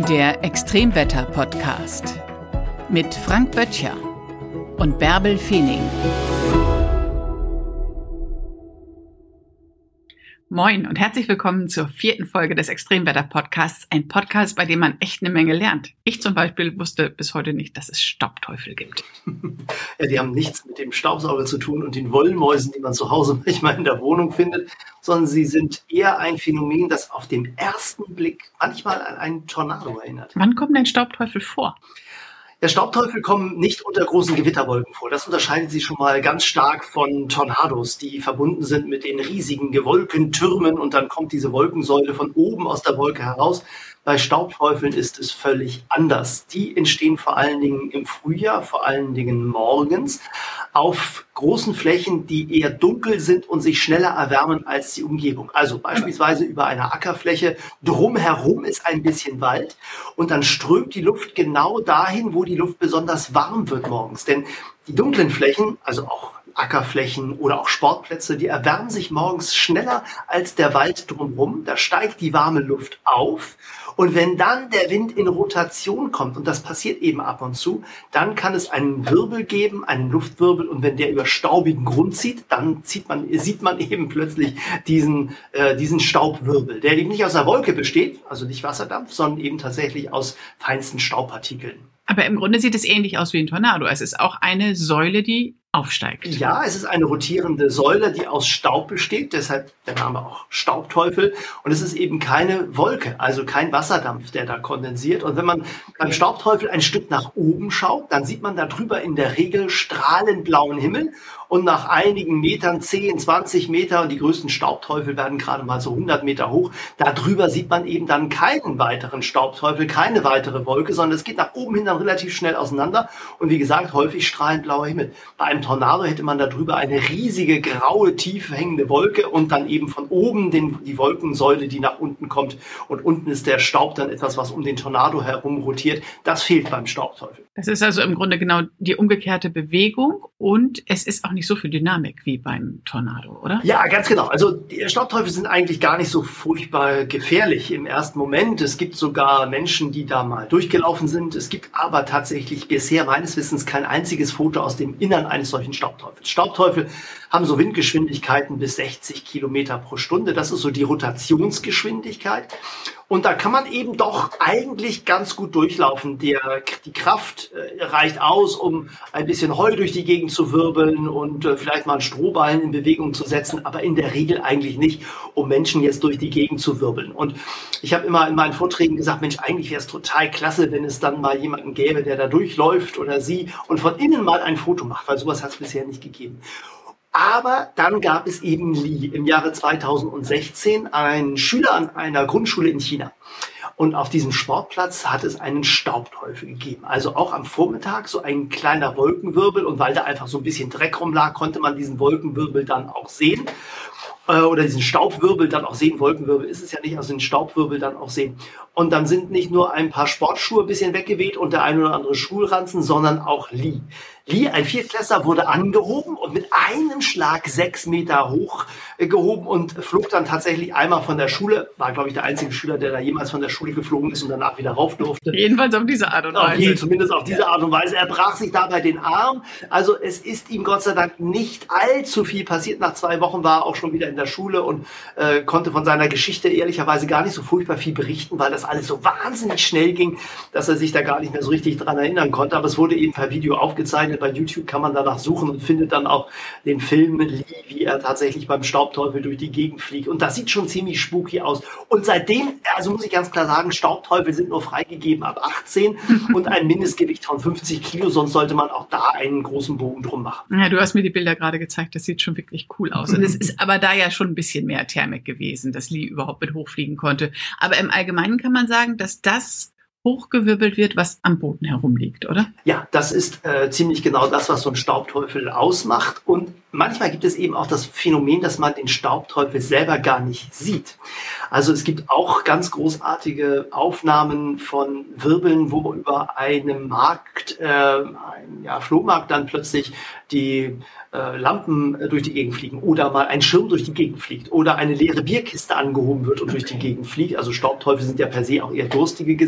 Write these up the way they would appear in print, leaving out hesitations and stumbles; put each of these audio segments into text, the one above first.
Der Extremwetter-Podcast mit Frank Böttcher und Bärbel Feening. Moin und herzlich willkommen zur 4. Folge des Extremwetter-Podcasts. Ein Podcast, bei dem man echt eine Menge lernt. Ich zum Beispiel wusste bis heute nicht, dass es Staubteufel gibt. Ja, die haben nichts mit dem Staubsauger zu tun und den Wollmäusen, die man zu Hause manchmal in der Wohnung findet, sondern sie sind eher ein Phänomen, das auf den ersten Blick manchmal an einen Tornado erinnert. Wann kommt ein Staubteufel vor? Ja, Staubteufel kommen nicht unter großen Gewitterwolken vor. Das unterscheidet sie schon mal ganz stark von Tornados, die verbunden sind mit den riesigen Wolkentürmen und dann kommt diese Wolkensäule von oben aus der Wolke heraus. Bei Staubteufeln ist es völlig anders. Die entstehen vor allen Dingen im Frühjahr, vor allen Dingen morgens, auf großen Flächen, die eher dunkel sind und sich schneller erwärmen als die Umgebung. Also beispielsweise über einer Ackerfläche, drumherum ist ein bisschen Wald und dann strömt die Luft genau dahin, wo die Luft besonders warm wird morgens. Denn die dunklen Flächen, also auch Ackerflächen oder auch Sportplätze, die erwärmen sich morgens schneller als der Wald drumherum. Da steigt die warme Luft auf. Und wenn dann der Wind in Rotation kommt, und das passiert eben ab und zu, dann kann es einen Wirbel geben, einen Luftwirbel. Und wenn der über staubigen Grund zieht, dann sieht man eben plötzlich diesen Staubwirbel, der eben nicht aus einer Wolke besteht, also nicht Wasserdampf, sondern eben tatsächlich aus feinsten Staubpartikeln. Aber im Grunde sieht es ähnlich aus wie ein Tornado. Es ist auch eine Säule, die aufsteigt. Ja, es ist eine rotierende Säule, die aus Staub besteht, deshalb der Name auch Staubteufel. Und es ist eben keine Wolke, also kein Wasserdampf, der da kondensiert. Und wenn man beim Staubteufel ein Stück nach oben schaut, dann sieht man da drüber in der Regel strahlend blauen Himmel. Und nach einigen Metern, 10, 20 Meter, und die größten Staubteufel werden gerade mal so 100 Meter hoch, da drüber sieht man eben dann keinen weiteren Staubteufel, keine weitere Wolke, sondern es geht nach oben hin dann relativ schnell auseinander. Und wie gesagt, häufig strahlend blauer Himmel. Bei einem Tornado hätte man da drüber eine riesige, graue, tief hängende Wolke und dann eben von oben die Wolkensäule, die nach unten kommt. Und unten ist der Staub dann etwas, was um den Tornado herum rotiert. Das fehlt beim Staubteufel. Das ist also im Grunde genau die umgekehrte Bewegung und es ist auch nicht so viel Dynamik wie beim Tornado, oder? Ja, ganz genau. Also die Staubteufel sind eigentlich gar nicht so furchtbar gefährlich im ersten Moment. Es gibt sogar Menschen, die da mal durchgelaufen sind. Es gibt aber tatsächlich bisher meines Wissens kein einziges Foto aus dem Innern eines solchen Staubteufels. Staubteufel haben so Windgeschwindigkeiten bis 60 Kilometer pro Stunde. Das ist so die Rotationsgeschwindigkeit. Und da kann man eben doch eigentlich ganz gut durchlaufen. Die Kraft reicht aus, um ein bisschen Heu durch die Gegend zu wirbeln und vielleicht mal einen Strohballen in Bewegung zu setzen, aber in der Regel eigentlich nicht, um Menschen jetzt durch die Gegend zu wirbeln. Und ich habe immer in meinen Vorträgen gesagt, Mensch, eigentlich wäre es total klasse, wenn es dann mal jemanden gäbe, der da durchläuft oder sie und von innen mal ein Foto macht, weil sowas hat es bisher nicht gegeben. Aber dann gab es eben Li im Jahre 2016, einen Schüler an einer Grundschule in China. Und auf diesem Sportplatz hat es einen Staubteufel gegeben. Also auch am Vormittag so ein kleiner Wolkenwirbel. Und weil da einfach so ein bisschen Dreck rumlag, konnte man diesen Wolkenwirbel dann auch sehen. Oder diesen Staubwirbel dann auch sehen. Wolkenwirbel ist es ja nicht, also den Staubwirbel dann auch sehen. Und dann sind nicht nur ein paar Sportschuhe ein bisschen weggeweht und der ein oder andere Schulranzen, sondern auch Li. Li, ein Viertklässler, wurde angehoben und mit einem Schlag 6 Meter hoch gehoben und flog dann tatsächlich einmal von der Schule. War, glaube ich, der einzige Schüler, der da jemals von der Schule geflogen ist und danach wieder rauf durfte. Jedenfalls auf diese Art und Weise. Zumindest auf diese Art und Weise. Er brach sich dabei den Arm. Also es ist ihm Gott sei Dank nicht allzu viel passiert. Nach 2 Wochen war er auch schon wieder in der Schule und konnte von seiner Geschichte ehrlicherweise gar nicht so furchtbar viel berichten, weil das alles so wahnsinnig schnell ging, dass er sich da gar nicht mehr so richtig dran erinnern konnte. Aber es wurde eben per Video aufgezeichnet. Bei YouTube kann man danach suchen und findet dann auch den Film Li, wie er tatsächlich beim Staubteufel durch die Gegend fliegt. Und das sieht schon ziemlich spooky aus. Und seitdem, also muss ich ganz klar sagen, Staubteufel sind nur freigegeben ab 18 und ein Mindestgewicht von 50 Kilo, sonst sollte man auch da einen großen Bogen drum machen. Ja, du hast mir die Bilder gerade gezeigt, das sieht schon wirklich cool aus. Und es ist aber da ja schon ein bisschen mehr Thermik gewesen, dass Li überhaupt mit hochfliegen konnte. Aber im Allgemeinen kann man sagen, dass das hochgewirbelt wird, was am Boden herumliegt, oder? Ja, das ist ziemlich genau das, was so ein Staubteufel ausmacht. Und manchmal gibt es eben auch das Phänomen, dass man den Staubteufel selber gar nicht sieht. Also es gibt auch ganz großartige Aufnahmen von Wirbeln, wo über einem Markt, Flohmarkt dann plötzlich die Lampen durch die Gegend fliegen oder mal ein Schirm durch die Gegend fliegt oder eine leere Bierkiste angehoben wird und durch die Gegend fliegt. Also Staubteufel sind ja per se auch eher durstige Gesellen.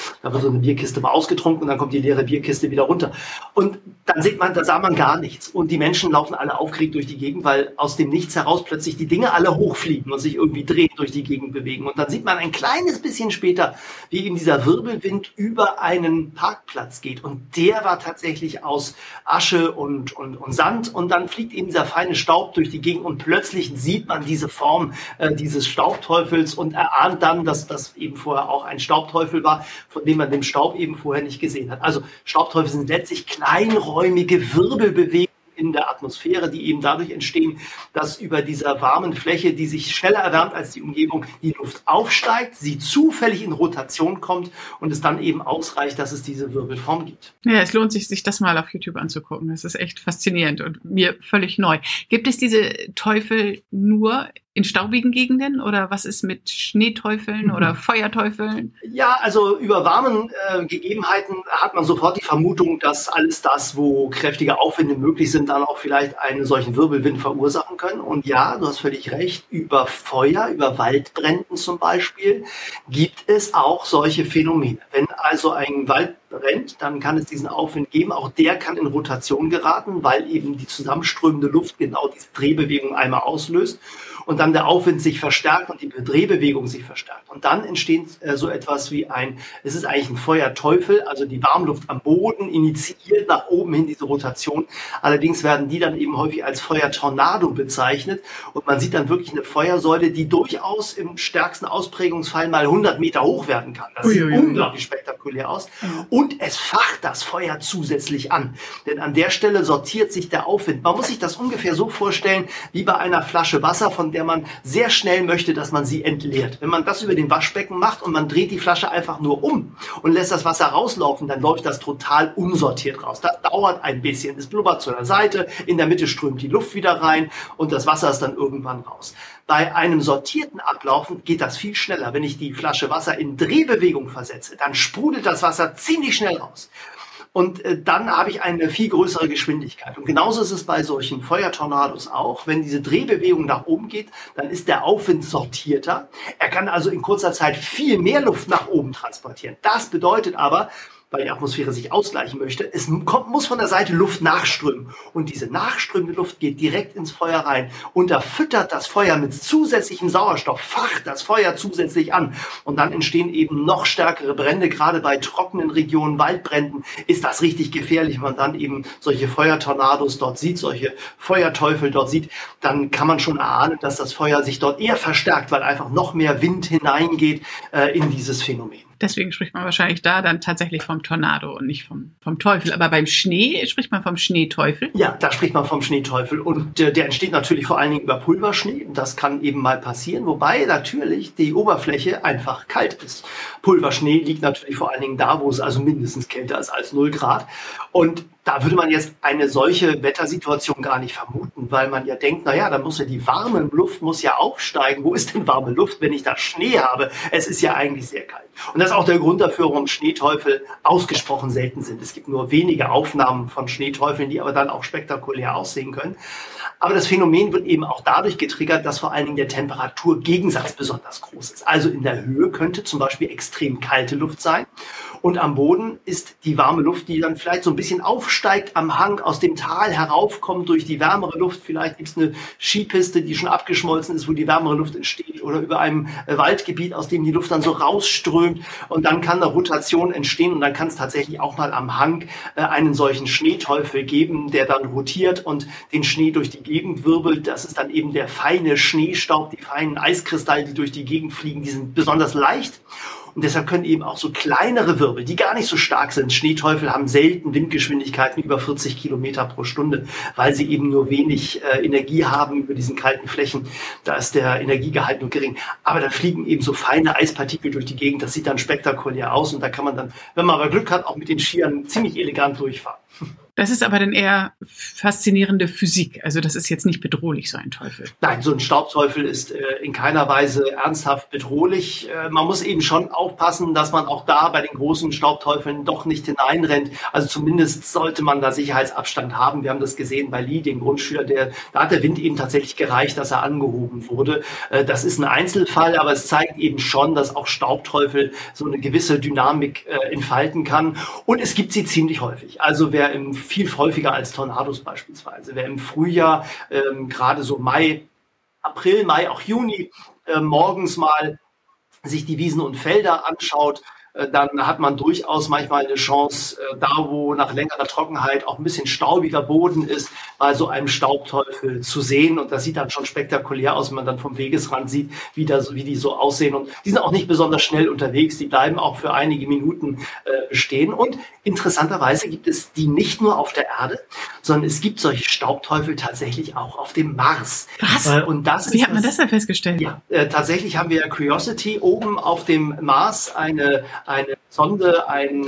Da wird so eine Bierkiste mal ausgetrunken und dann kommt die leere Bierkiste wieder runter. Und dann sieht man, da sah man gar nichts. Und die Menschen laufen alle aufgeregt durch die Gegend, weil aus dem Nichts heraus plötzlich die Dinge alle hochfliegen und sich irgendwie drehen, durch die Gegend bewegen. Und dann sieht man ein kleines bisschen später, wie eben dieser Wirbelwind über einen Parkplatz geht. Und der war tatsächlich aus Asche und Sand. Und dann fliegt eben dieser feine Staub durch die Gegend und plötzlich sieht man diese Form dieses Staubteufels und erahnt dann, dass das eben vorher auch ein Staubteufel war, von dem man den Staub eben vorher nicht gesehen hat. Also Staubteufel sind letztlich kleinräumige Wirbelbewegungen in der Atmosphäre, die eben dadurch entstehen, dass über dieser warmen Fläche, die sich schneller erwärmt als die Umgebung, die Luft aufsteigt, sie zufällig in Rotation kommt und es dann eben ausreicht, dass es diese Wirbelform gibt. Ja, es lohnt sich, sich das mal auf YouTube anzugucken. Das ist echt faszinierend und mir völlig neu. Gibt es diese Teufel nur in staubigen Gegenden oder was ist mit Schneeteufeln oder Feuerteufeln? Ja, also über warmen Gegebenheiten hat man sofort die Vermutung, dass alles das, wo kräftige Aufwinde möglich sind, dann auch vielleicht einen solchen Wirbelwind verursachen können. Und ja, du hast völlig recht, über Feuer, über Waldbränden zum Beispiel, gibt es auch solche Phänomene. Wenn also ein Wald brennt, dann kann es diesen Aufwind geben. Auch der kann in Rotation geraten, weil eben die zusammenströmende Luft genau diese Drehbewegung einmal auslöst und dann der Aufwind sich verstärkt und die Drehbewegung sich verstärkt. Und dann entsteht so etwas wie es ist eigentlich ein Feuerteufel, also die Warmluft am Boden initiiert nach oben hin diese Rotation. Allerdings werden die dann eben häufig als Feuertornado bezeichnet und man sieht dann wirklich eine Feuersäule, die durchaus im stärksten Ausprägungsfall mal 100 Meter hoch werden kann. Das sieht unglaublich spektakulär aus. Und es facht das Feuer zusätzlich an. Denn an der Stelle sortiert sich der Aufwind. Man muss sich das ungefähr so vorstellen, wie bei einer Flasche Wasser, von der man sehr schnell möchte, dass man sie entleert. Wenn man das über den Waschbecken macht und man dreht die Flasche einfach nur um und lässt das Wasser rauslaufen, dann läuft das total unsortiert raus. Das dauert ein bisschen. Es blubbert zu der Seite, in der Mitte strömt die Luft wieder rein und das Wasser ist dann irgendwann raus. Bei einem sortierten Ablaufen geht das viel schneller. Wenn ich die Flasche Wasser in Drehbewegung versetze, dann sprudelt das Wasser ziemlich schnell raus. Und dann habe ich eine viel größere Geschwindigkeit. Und genauso ist es bei solchen Feuertornados auch. Wenn diese Drehbewegung nach oben geht, dann ist der Aufwind sortierter. Er kann also in kurzer Zeit viel mehr Luft nach oben transportieren. Das bedeutet aber, weil die Atmosphäre sich ausgleichen möchte, muss von der Seite Luft nachströmen. Und diese nachströmende Luft geht direkt ins Feuer rein, unterfüttert das Feuer mit zusätzlichem Sauerstoff, facht das Feuer zusätzlich an. Und dann entstehen eben noch stärkere Brände. Gerade bei trockenen Regionen, Waldbränden, ist das richtig gefährlich. Wenn man dann eben solche Feuertornados dort sieht, solche Feuerteufel dort sieht, dann kann man schon erahnen, dass das Feuer sich dort eher verstärkt, weil einfach noch mehr Wind hineingeht in dieses Phänomen. Deswegen spricht man wahrscheinlich da dann tatsächlich vom Tornado und nicht vom Teufel. Aber beim Schnee spricht man vom Schneeteufel? Ja, da spricht man vom Schneeteufel. Und der entsteht natürlich vor allen Dingen über Pulverschnee. Das kann eben mal passieren, wobei natürlich die Oberfläche einfach kalt ist. Pulverschnee liegt natürlich vor allen Dingen da, wo es also mindestens kälter ist als 0 Grad. Und da würde man jetzt eine solche Wettersituation gar nicht vermuten, weil man ja denkt, naja, dann muss ja die warme Luft muss ja aufsteigen. Wo ist denn warme Luft, wenn ich da Schnee habe? Es ist ja eigentlich sehr kalt. Und das ist auch der Grund dafür, warum Schneeteufel ausgesprochen selten sind. Es gibt nur wenige Aufnahmen von Schneeteufeln, die aber dann auch spektakulär aussehen können. Aber das Phänomen wird eben auch dadurch getriggert, dass vor allen Dingen der Temperaturgegensatz besonders groß ist. Also in der Höhe könnte zum Beispiel extrem kalte Luft sein. Und am Boden ist die warme Luft, die dann vielleicht so ein bisschen aufsteigt am Hang, aus dem Tal heraufkommt durch die wärmere Luft. Vielleicht gibt es eine Skipiste, die schon abgeschmolzen ist, wo die wärmere Luft entsteht. Oder über einem Waldgebiet, aus dem die Luft dann so rausströmt. Und dann kann eine Rotation entstehen. Und dann kann es tatsächlich auch mal am Hang einen solchen Schneeteufel geben, der dann rotiert und den Schnee durch die Gegend wirbelt. Das ist dann eben der feine Schneestaub, die feinen Eiskristalle, die durch die Gegend fliegen. Die sind besonders leicht. Und deshalb können eben auch so kleinere Wirbel, die gar nicht so stark sind. Schneeteufel haben selten Windgeschwindigkeiten über 40 Kilometer pro Stunde, weil sie eben nur wenig Energie haben über diesen kalten Flächen. Da ist der Energiegehalt nur gering. Aber da fliegen eben so feine Eispartikel durch die Gegend. Das sieht dann spektakulär aus. Und da kann man dann, wenn man aber Glück hat, auch mit den Skiern ziemlich elegant durchfahren. Das ist aber dann eher faszinierende Physik. Also das ist jetzt nicht bedrohlich, so ein Teufel. Nein, so ein Staubteufel ist in keiner Weise ernsthaft bedrohlich. Man muss eben schon aufpassen, dass man auch da bei den großen Staubteufeln doch nicht hineinrennt. Also zumindest sollte man da Sicherheitsabstand haben. Wir haben das gesehen bei Lee, dem Grundschüler, da hat der Wind eben tatsächlich gereicht, dass er angehoben wurde. Das ist ein Einzelfall, aber es zeigt eben schon, dass auch Staubteufel so eine gewisse Dynamik entfalten kann. Und es gibt sie ziemlich häufig. Also viel häufiger als Tornados beispielsweise. Wer im Frühjahr, gerade so April, Mai, auch Juni, morgens mal sich die Wiesen und Felder anschaut, dann hat man durchaus manchmal eine Chance, da wo nach längerer Trockenheit auch ein bisschen staubiger Boden ist, mal so einen Staubteufel zu sehen. Und das sieht dann schon spektakulär aus, wenn man dann vom Wegesrand sieht, wie die so aussehen. Und die sind auch nicht besonders schnell unterwegs, die bleiben auch für einige Minuten bestehen. Und interessanterweise gibt es die nicht nur auf der Erde, sondern es gibt solche Staubteufel tatsächlich auch auf dem Mars. Was? Und Wie hat man das denn festgestellt? Ja, tatsächlich haben wir Curiosity oben auf dem Mars eine Sonde, ein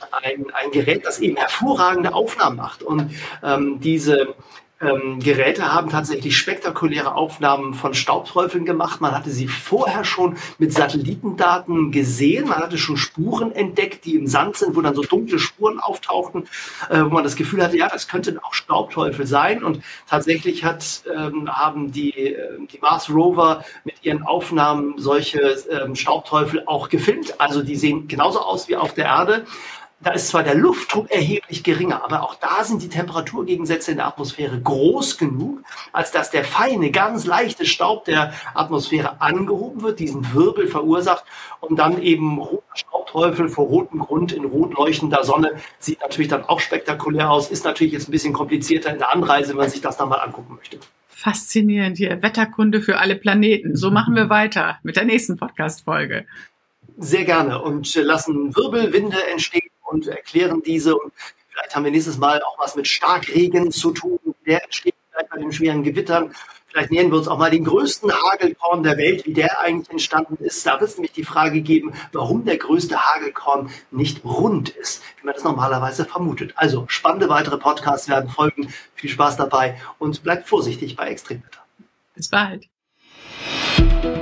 Gerät, das eben hervorragende Aufnahmen macht. Und diese Geräte haben tatsächlich spektakuläre Aufnahmen von Staubteufeln gemacht. Man hatte sie vorher schon mit Satellitendaten gesehen. Man hatte schon Spuren entdeckt, die im Sand sind, wo dann so dunkle Spuren auftauchten, wo man das Gefühl hatte, ja, das könnten auch Staubteufel sein. Und tatsächlich haben die Mars Rover mit ihren Aufnahmen solche Staubteufel auch gefilmt. Also die sehen genauso aus wie auf der Erde. Da ist zwar der Luftdruck erheblich geringer, aber auch da sind die Temperaturgegensätze in der Atmosphäre groß genug, als dass der feine, ganz leichte Staub der Atmosphäre angehoben wird, diesen Wirbel verursacht und dann eben roter Staubteufel vor rotem Grund in rot leuchtender Sonne. Sieht natürlich dann auch spektakulär aus, ist natürlich jetzt ein bisschen komplizierter in der Anreise, wenn man sich das dann mal angucken möchte. Faszinierend hier, Wetterkunde für alle Planeten. So machen wir weiter mit der nächsten Podcast-Folge. Sehr gerne und lassen Wirbelwinde entstehen und erklären diese. Und vielleicht haben wir nächstes Mal auch was mit Starkregen zu tun. Der entsteht vielleicht bei den schweren Gewittern. Vielleicht nähern wir uns auch mal den größten Hagelkorn der Welt, wie der eigentlich entstanden ist. Da wird es nämlich die Frage geben, warum der größte Hagelkorn nicht rund ist, wie man das normalerweise vermutet. Also spannende weitere Podcasts werden folgen. Viel Spaß dabei und bleibt vorsichtig bei Extremwetter. Bis bald.